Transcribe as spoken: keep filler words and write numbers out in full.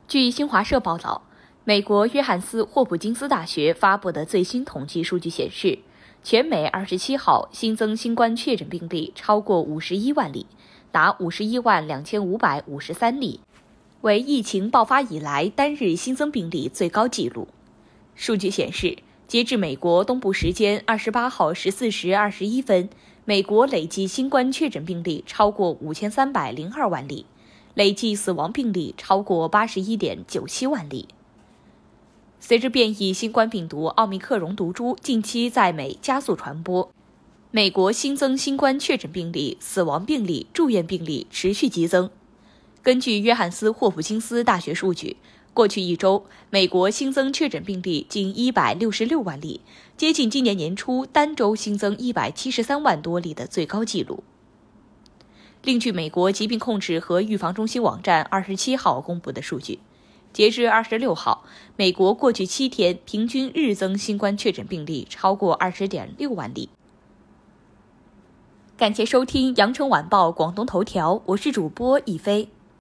据新华社报道，美国约翰斯霍普金斯大学发布的最新统计数据显示，全美二十七号新增新冠确诊病例超过五十一万例，达五十一万两千五百五十三例，为疫情爆发以来单日新增病例最高纪录。数据显示，截至美国东部时间二十八号十四时二十一分，美国累计新冠确诊病例超过五千三百零二万例，累计死亡病例超过八十一点九七万例。随着变异新冠病毒奥密克戎毒株近期在美加速传播，美国新增新冠确诊病例、死亡病例、住院病例持续激增。根据约翰斯霍普金斯大学数据，过去一周，美国新增确诊病例近一百六十六万例，接近今年年初单周新增一百七十三万多例的最高纪录。另据美国疾病控制和预防中心网站二十七号公布的数据，截至二十六号，美国过去七天平均日增新冠确诊病例超过二十点六万例。感谢收听羊城晚报广东头条，我是主播一飞。